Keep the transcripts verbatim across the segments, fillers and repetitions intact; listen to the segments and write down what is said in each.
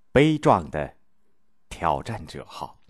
悲壮的挑战者号。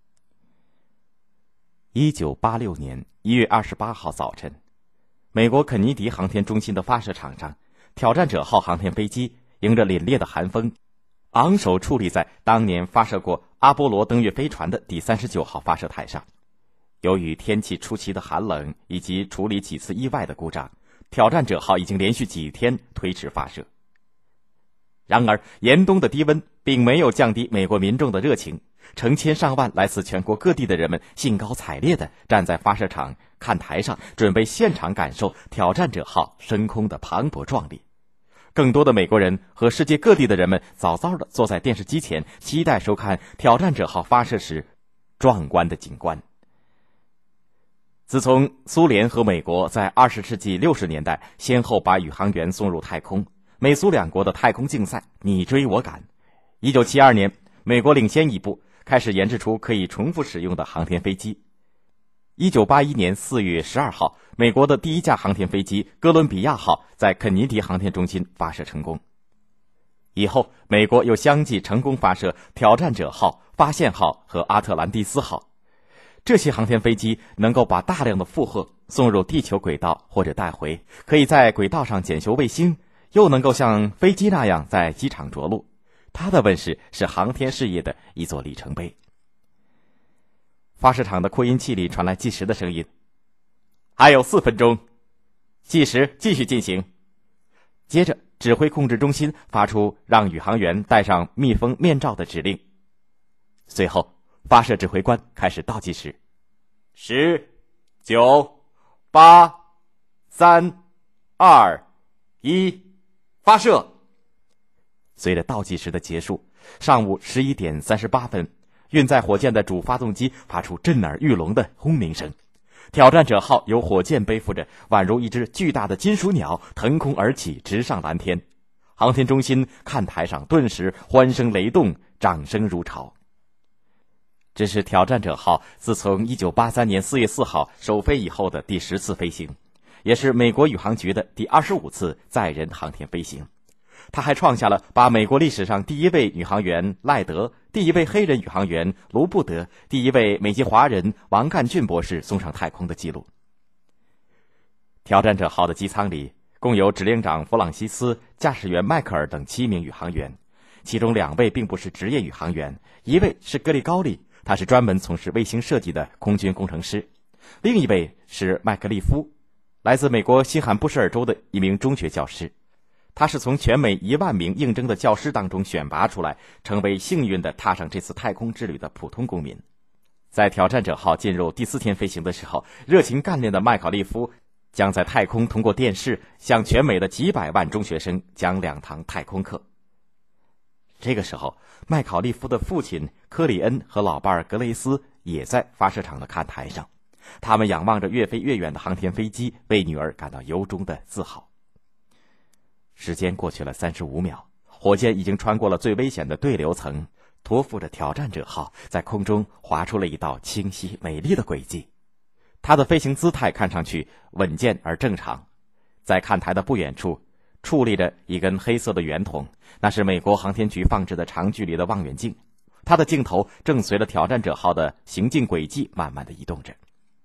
一九八六年一月二十八号早晨，美国肯尼迪航天中心的发射场上，挑战者号航天飞机迎着凛冽的寒风，昂首矗立在当年发射过阿波罗登月飞船的第三十九号发射台上。由于天气出奇的寒冷以及处理几次意外的故障，挑战者号已经连续几天推迟发射。然而严冬的低温并没有降低美国民众的热情，成千上万来自全国各地的人们兴高采烈地站在发射场看台上，准备现场感受挑战者号升空的磅礴壮丽。更多的美国人和世界各地的人们早早地坐在电视机前，期待收看挑战者号发射时壮观的景观。自从苏联和美国在二十世纪六十年代先后把宇航员送入太空，美苏两国的太空竞赛你追我赶。一九七二年，美国领先一步，开始研制出可以重复使用的航天飞机。一九八一年四月十二号，美国的第一架航天飞机哥伦比亚号在肯尼迪航天中心发射成功。以后，美国又相继成功发射挑战者号、发现号和阿特兰蒂斯号。这些航天飞机能够把大量的负荷送入地球轨道或者带回，可以在轨道上检修卫星，又能够像飞机那样在机场着陆。它的问世是航天事业的一座里程碑。发射场的扩音器里传来计时的声音，还有四分钟，计时继续进行。接着指挥控制中心发出让宇航员戴上密封面罩的指令。随后发射指挥官开始倒计时，十、九、八、三、二、一，发射。随着倒计时的结束，上午十一点三十八分，运载火箭的主发动机发出震耳欲聋的轰鸣声。挑战者号由火箭背负着，宛如一只巨大的金属鸟，腾空而起，直上蓝天。航天中心看台上顿时欢声雷动，掌声如潮。这是挑战者号自从一九八三年四月四号首飞以后的第十次飞行，也是美国宇航局的第二十五次载人航天飞行。它还创下了把美国历史上第一位宇航员赖德、第一位黑人宇航员卢布德、第一位美籍华人王干俊博士送上太空的记录。挑战者号的机舱里共有指令长弗朗西斯、驾驶员迈克尔等七名宇航员，其中两位并不是职业宇航员，一位是格里高利，他是专门从事卫星设计的空军工程师；另一位是麦克利夫，来自美国新罕布什尔州的一名中学教师。他是从全美一万名应征的教师当中选拔出来，成为幸运地踏上这次太空之旅的普通公民。在挑战者号进入第四天飞行的时候，热情干练的麦考利夫将在太空通过电视向全美的几百万中学生讲两堂太空课。这个时候，麦考利夫的父亲科里恩和老伴格雷斯也在发射场的看台上，他们仰望着越飞越远的航天飞机，为女儿感到由衷的自豪。时间过去了三十五秒，火箭已经穿过了最危险的对流层，托付着挑战者号在空中划出了一道清晰美丽的轨迹。它的飞行姿态看上去稳健而正常。在看台的不远处矗立着一根黑色的圆筒，那是美国航天局放置的长距离的望远镜，它的镜头正随着挑战者号的行进轨迹慢慢地移动着。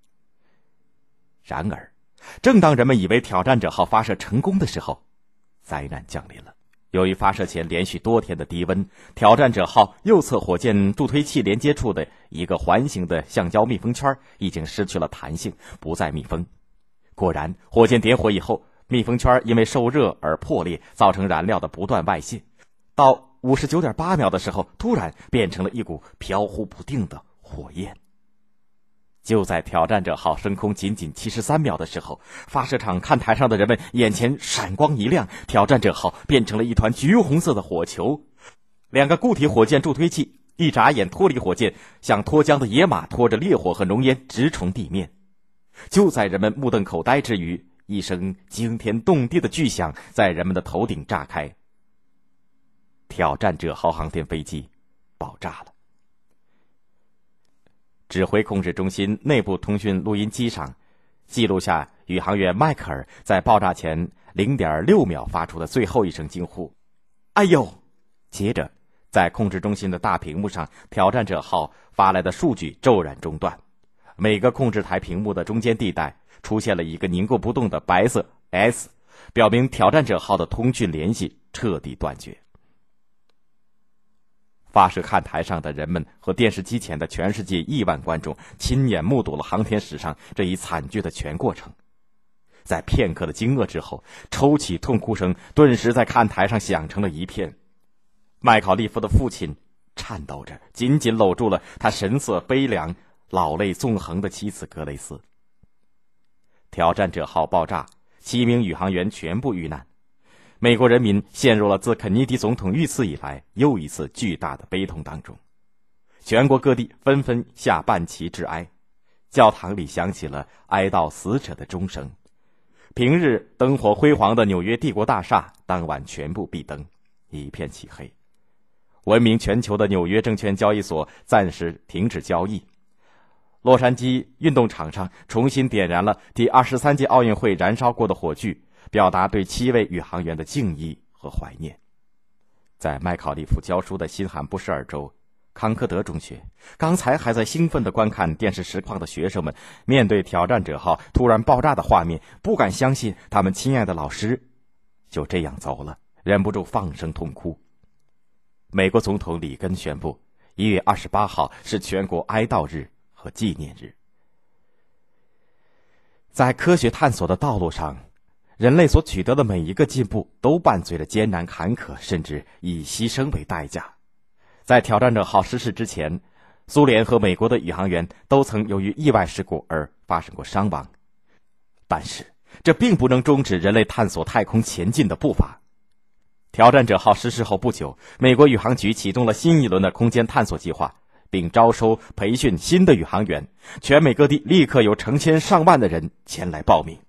然而正当人们以为挑战者号发射成功的时候，灾难降临了。由于发射前连续多天的低温，挑战者号右侧火箭助推器连接处的一个环形的橡胶密封圈已经失去了弹性，不再密封。果然，火箭点火以后，密封圈因为受热而破裂，造成燃料的不断外泄。到五十九点八秒的时候，突然变成了一股飘忽不定的火焰。就在挑战者号升空仅仅七十三秒的时候，发射场看台上的人们眼前闪光一亮，挑战者号变成了一团橘红色的火球。两个固体火箭助推器一眨眼脱离火箭，像脱缰的野马拖着烈火和浓烟直冲地面。就在人们目瞪口呆之余，一声惊天动地的巨响在人们的头顶炸开，挑战者号航天飞机爆炸了。指挥控制中心内部通讯录音机上记录下宇航员迈克尔在爆炸前 零点六秒发出的最后一声惊呼：“哎呦！”接着在控制中心的大屏幕上，挑战者号发来的数据骤然中断，每个控制台屏幕的中间地带出现了一个凝固不动的白色 S， 表明挑战者号的通讯联系彻底断绝。发射看台上的人们和电视机前的全世界亿万观众亲眼目睹了航天史上这一惨剧的全过程。在片刻的惊愕之后，抽泣痛哭声顿时在看台上响成了一片。麦考利夫的父亲颤抖着紧紧搂住了他神色悲凉、老泪纵横的妻子格雷斯。挑战者号爆炸，七名宇航员全部遇难，美国人民陷入了自肯尼迪总统遇刺以来又一次巨大的悲痛当中。全国各地纷纷下半旗致哀，教堂里响起了哀悼死者的钟声。平日灯火辉煌的纽约帝国大厦当晚全部闭灯，一片漆黑。闻名全球的纽约证券交易所暂时停止交易。洛杉矶运动场上重新点燃了第二十三届奥运会燃烧过的火炬，表达对七位宇航员的敬意和怀念。在麦考利夫教书的新罕布什尔州康科德中学，刚才还在兴奋地观看电视实况的学生们，面对挑战者号突然爆炸的画面，不敢相信他们亲爱的老师就这样走了，忍不住放声痛哭。美国总统里根宣布，一月二十八号是全国哀悼日和纪念日。在科学探索的道路上，人类所取得的每一个进步都伴随着艰难坎坷，甚至以牺牲为代价。在挑战者号失事之前，苏联和美国的宇航员都曾由于意外事故而发生过伤亡，但是这并不能终止人类探索太空前进的步伐。挑战者号失事后不久，美国宇航局启动了新一轮的空间探索计划，并招收培训新的宇航员，全美各地立刻有成千上万的人前来报名。